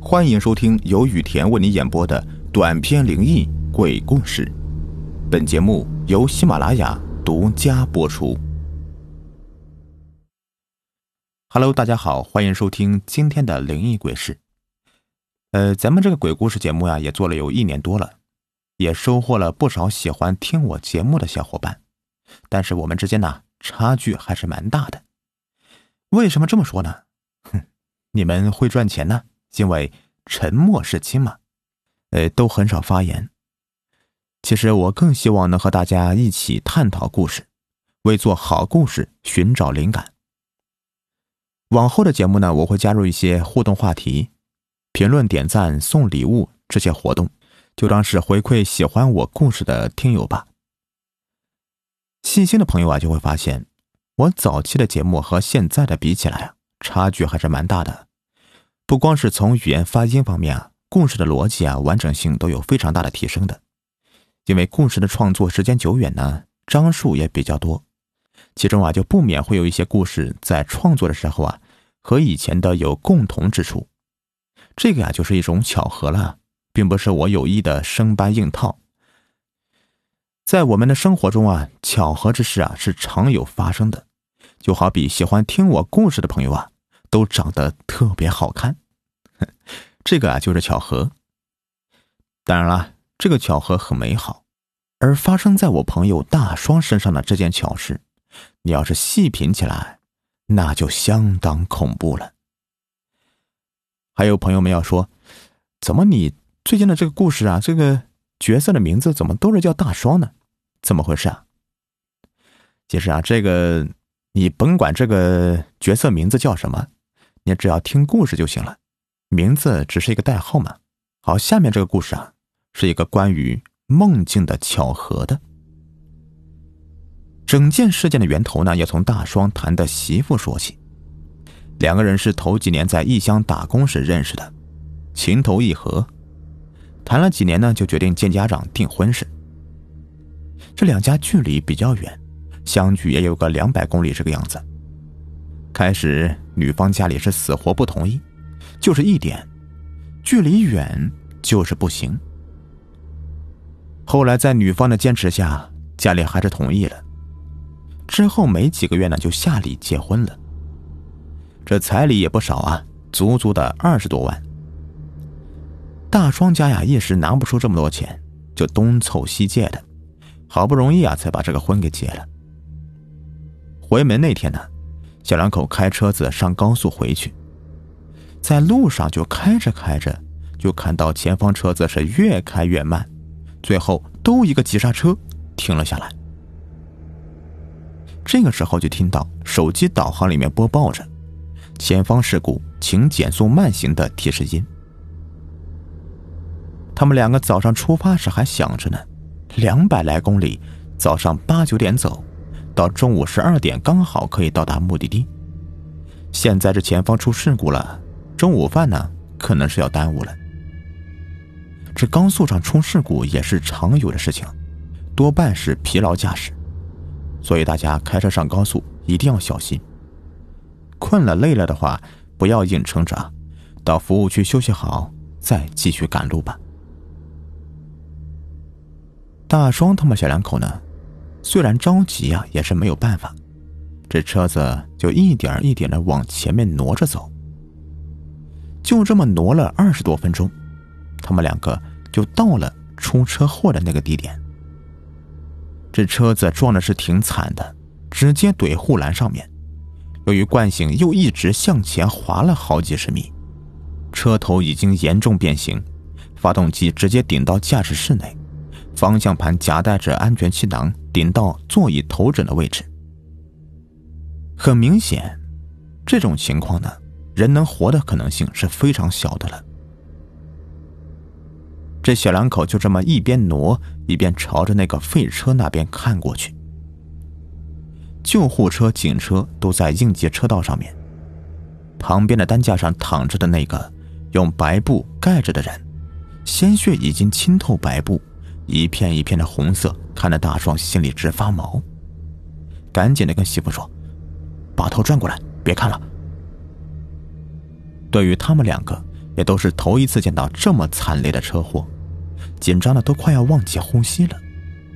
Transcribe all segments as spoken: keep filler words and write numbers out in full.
欢迎收听由雨田为你演播的短篇灵异鬼故事。本节目由喜马拉雅独家播出。Hello， 大家好，欢迎收听今天的灵异鬼事。呃，咱们这个鬼故事节目呀，也做了有一年多了，也收获了不少喜欢听我节目的小伙伴。但是我们之间呢，差距还是蛮大的。为什么这么说呢？哼，你们会赚钱呢，因为沉默是金嘛，呃，都很少发言。其实我更希望能和大家一起探讨故事，为做好故事寻找灵感。往后的节目呢，我会加入一些互动话题，评论、点赞、送礼物这些活动，就当是回馈喜欢我故事的听友吧。细心的朋友啊，就会发现我早期的节目和现在的比起来啊，差距还是蛮大的。不光是从语言发音方面啊，故事的逻辑啊，完整性都有非常大的提升的。因为故事的创作时间久远呢，章数也比较多，其中啊就不免会有一些故事在创作的时候啊，和以前的有共同之处。这个啊就是一种巧合了，并不是我有意的生搬硬套。在我们的生活中啊，巧合之事啊是常有发生的，就好比喜欢听我故事的朋友啊，都长得特别好看，这个啊就是巧合。当然了，这个巧合很美好，而发生在我朋友大双身上的这件巧事，你要是细品起来，那就相当恐怖了。还有朋友们要说，怎么你最近的这个故事啊，这个角色的名字怎么都是叫大双呢？怎么回事啊？其实啊，这个你甭管这个角色名字叫什么，你只要听故事就行了，名字只是一个代号嘛。好，下面这个故事啊，是一个关于梦境的巧合的。整件事件的源头呢，要从大双谈的媳妇说起。两个人是头几年在异乡打工时认识的，情投意合，谈了几年呢，就决定见家长定婚事。这两家距离比较远，相距也有个两百公里这个样子。开始女方家里是死活不同意，就是一点，距离远就是不行。后来在女方的坚持下，家里还是同意了。之后没几个月呢，就下礼结婚了。这彩礼也不少啊，足足的二十多万。大双家呀，一时拿不出这么多钱，就东凑西借的，好不容易啊，才把这个婚给结了。回门那天呢，小两口开车子上高速回去，在路上就开着开着，就看到前方车子是越开越慢，最后都一个急刹车停了下来。这个时候就听到手机导航里面播报着前方事故，请减速慢行的提示音。他们两个早上出发时还想着呢，两百来公里，早上八九点走，到中午十二点刚好可以到达目的地。现在这前方出事故了，中午饭呢可能是要耽误了。这高速上出事故也是常有的事情，多半是疲劳驾驶，所以大家开车上高速一定要小心。困了累了的话，不要硬撑着，到服务区休息好，再继续赶路吧。大双他们小两口呢，虽然着急啊，也是没有办法，这车子就一点一点的往前面挪着走。就这么挪了二十多分钟，他们两个就到了出车祸的那个地点。这车子撞的是挺惨的，直接怼护栏上面。由于惯性又一直向前滑了好几十米，车头已经严重变形，发动机直接顶到驾驶室内，方向盘夹带着安全气囊顶到座椅头枕的位置。很明显，这种情况呢，人能活的可能性是非常小的了。这小两口就这么一边挪一边朝着那个废车那边看过去。救护车、警车都在应急车道上面，旁边的担架上躺着的那个用白布盖着的人，鲜血已经浸透白布，一片一片的红色，看得大双心里直发毛。赶紧的跟媳妇说，把头转过来，别看了。对于他们两个也都是头一次见到这么惨烈的车祸，紧张的都快要忘记呼吸了。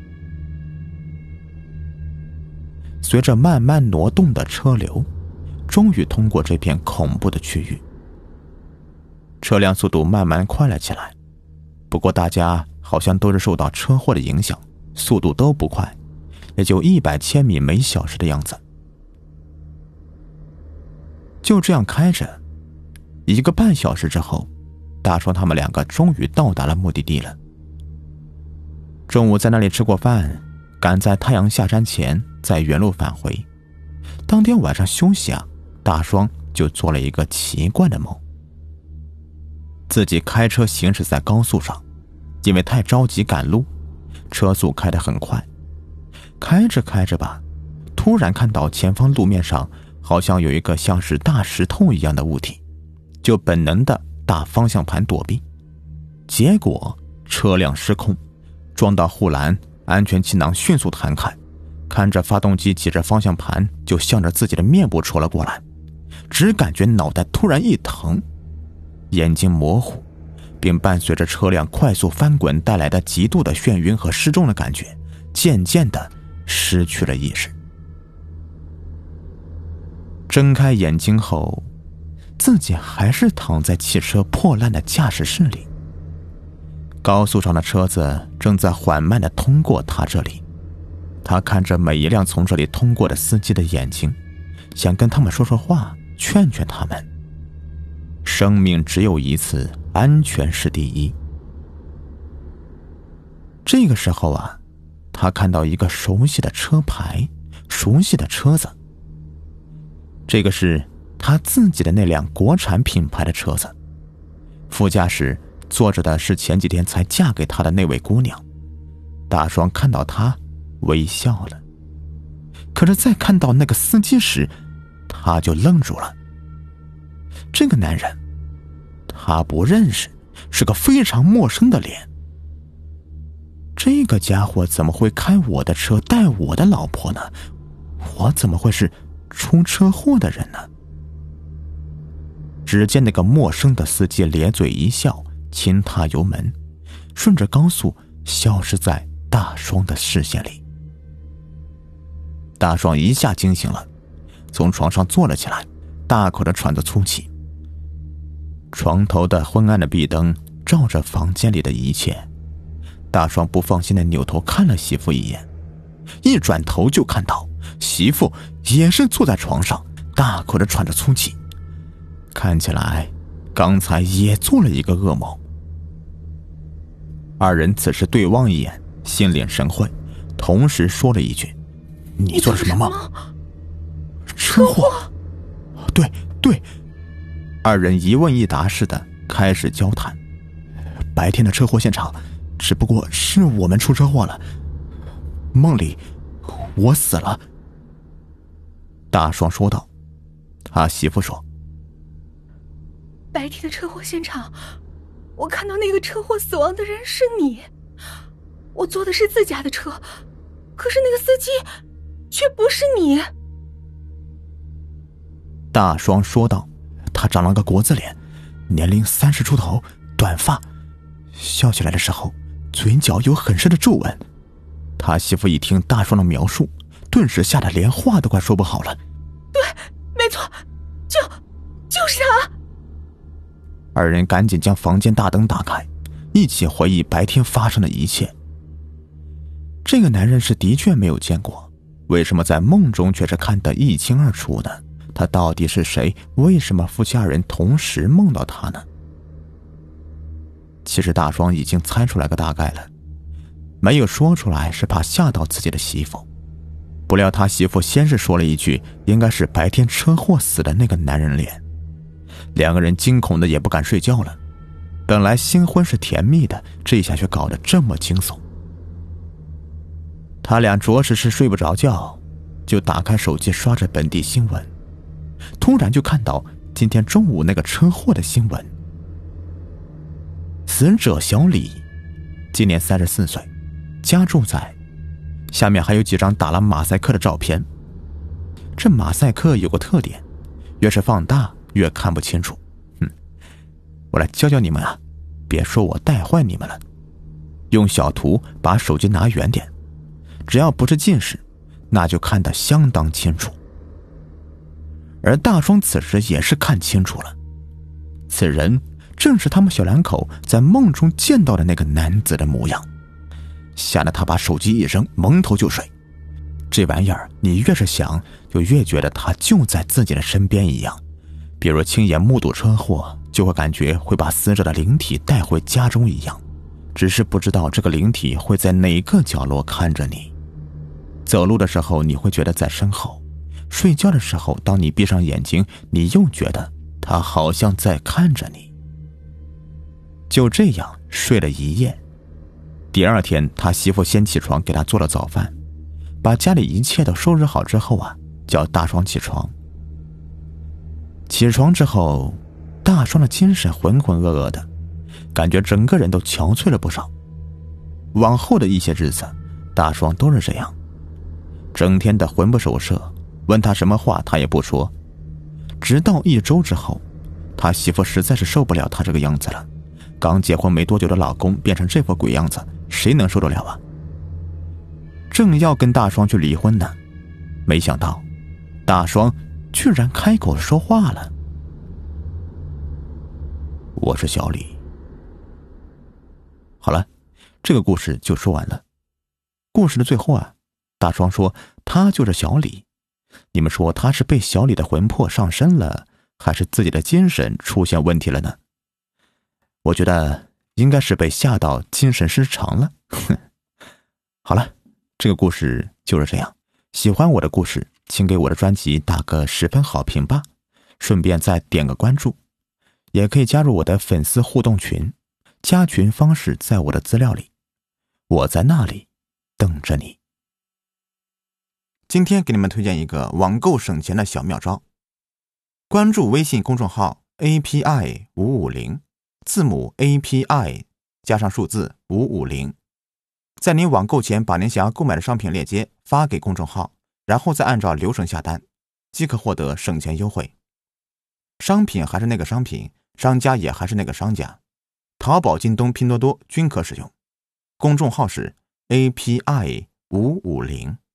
随着慢慢挪动的车流，终于通过这片恐怖的区域。车辆速度慢慢快了起来，不过大家好像都是受到车祸的影响，速度都不快，也就一百千米每小时的样子。就这样开着，一个半小时之后，大双他们两个终于到达了目的地了。中午在那里吃过饭，赶在太阳下山前再原路返回。当天晚上休息啊，大双就做了一个奇怪的梦。自己开车行驶在高速上，因为太着急赶路，车速开得很快。开着开着吧，突然看到前方路面上好像有一个像是大石头一样的物体，就本能的打方向盘躲避，结果车辆失控，撞到护栏，安全气囊迅速弹开，看着发动机挤着方向盘就向着自己的面部戳了过来，只感觉脑袋突然一疼，眼睛模糊，并伴随着车辆快速翻滚带来的极度的眩晕和失重的感觉，渐渐的失去了意识。睁开眼睛后，自己还是躺在汽车破烂的驾驶室里。高速上的车子正在缓慢地通过他这里，他看着每一辆从这里通过的司机的眼睛，想跟他们说说话，劝劝他们。生命只有一次，安全是第一。这个时候啊，他看到一个熟悉的车牌，熟悉的车子。这个是他自己的那辆国产品牌的车子，副驾驶坐着的是前几天才嫁给他的那位姑娘。大双看到他微笑了，可是再看到那个司机时，他就愣住了。这个男人他不认识，是个非常陌生的脸。这个家伙怎么会开我的车带我的老婆呢？我怎么会是出车祸的人呢？只见那个陌生的司机咧嘴一笑，轻踏油门，顺着高速消失在大双的视线里。大双一下惊醒了，从床上坐了起来，大口地喘着粗气。床头的昏暗的壁灯照着房间里的一切，大双不放心地扭头看了媳妇一眼，一转头就看到媳妇也是坐在床上，大口地喘着粗气，看起来刚才也做了一个噩梦。二人此时对望一眼，心领神会，同时说了一句：“你做了什么梦？”车祸。对对，二人一问一答似的开始交谈。白天的车祸现场，只不过是我们出车祸了，梦里我死了。大双说道。他媳妇说：“ 白天的车祸现场，我看到那个车祸死亡的人是你，我坐的是自家的车，可是那个司机却不是你。” 大双说道。他长了个国字脸，年龄三十出头，短发，笑起来的时候嘴角有很深的皱纹。他媳妇一听大双的描述，顿时吓得连话都快说不好了。 对，没错，就就是他。 二人赶紧将房间大灯打开，一起回忆白天发生的一切。这个男人是的确没有见过，为什么在梦中却是看得一清二楚呢？他到底是谁？为什么夫妻二人同时梦到他呢？其实大双已经猜出来个大概了，没有说出来是怕吓到自己的媳妇。不料他媳妇先是说了一句应该是白天车祸死的那个男人脸，两个人惊恐的也不敢睡觉了。本来新婚是甜蜜的，这下却搞得这么惊悚。他俩着实是睡不着觉，就打开手机刷着本地新闻，突然就看到今天中午那个车祸的新闻。死者小李，今年三十四岁，家住在……下面还有几张打了马赛克的照片。这马赛克有个特点，越是放大越看不清楚。嗯， 我来教教你们啊，别说我带坏你们了。用小图把手机拿远点，只要不是近视，那就看得相当清楚。而大双此时也是看清楚了，此人正是他们小两口在梦中见到的那个男子的模样，吓得他把手机一扔，蒙头就睡。这玩意儿你越是想，就越觉得他就在自己的身边一样。比如亲眼目睹车祸，就会感觉会把死者的灵体带回家中一样，只是不知道这个灵体会在哪个角落看着你。走路的时候你会觉得在身后，睡觉的时候当你闭上眼睛，你又觉得他好像在看着你。就这样睡了一夜。第二天他媳妇先起床给他做了早饭，把家里一切都收拾好之后啊，叫大双起床。起床之后，大双的精神浑浑噩噩的，感觉整个人都憔悴了不少。往后的一些日子，大双都是这样，整天的魂不守舍，问他什么话他也不说。直到一周之后，他媳妇实在是受不了他这个样子了，刚结婚没多久的老公变成这副鬼样子，谁能受得了啊？正要跟大双去离婚呢，没想到大双居然开口说话了。我是小李。好了，这个故事就说完了。故事的最后啊，大双说他就是小李。你们说他是被小李的魂魄上身了，还是自己的精神出现问题了呢？我觉得应该是被吓到精神失常了。好了，这个故事就是这样。喜欢我的故事，请给我的专辑打个十分好评吧，顺便再点个关注，也可以加入我的粉丝互动群，加群方式在我的资料里，我在那里等着你。今天给你们推荐一个网购省钱的小妙招，关注微信公众号 A P I 五五零， 字母 A P I 加上数字五五零，在您网购前把您想要购买的商品链接发给公众号，然后再按照流程下单，即可获得省钱优惠。商品还是那个商品，商家也还是那个商家，淘宝、京东、拼多多均可使用。公众号是 A P I 五五零。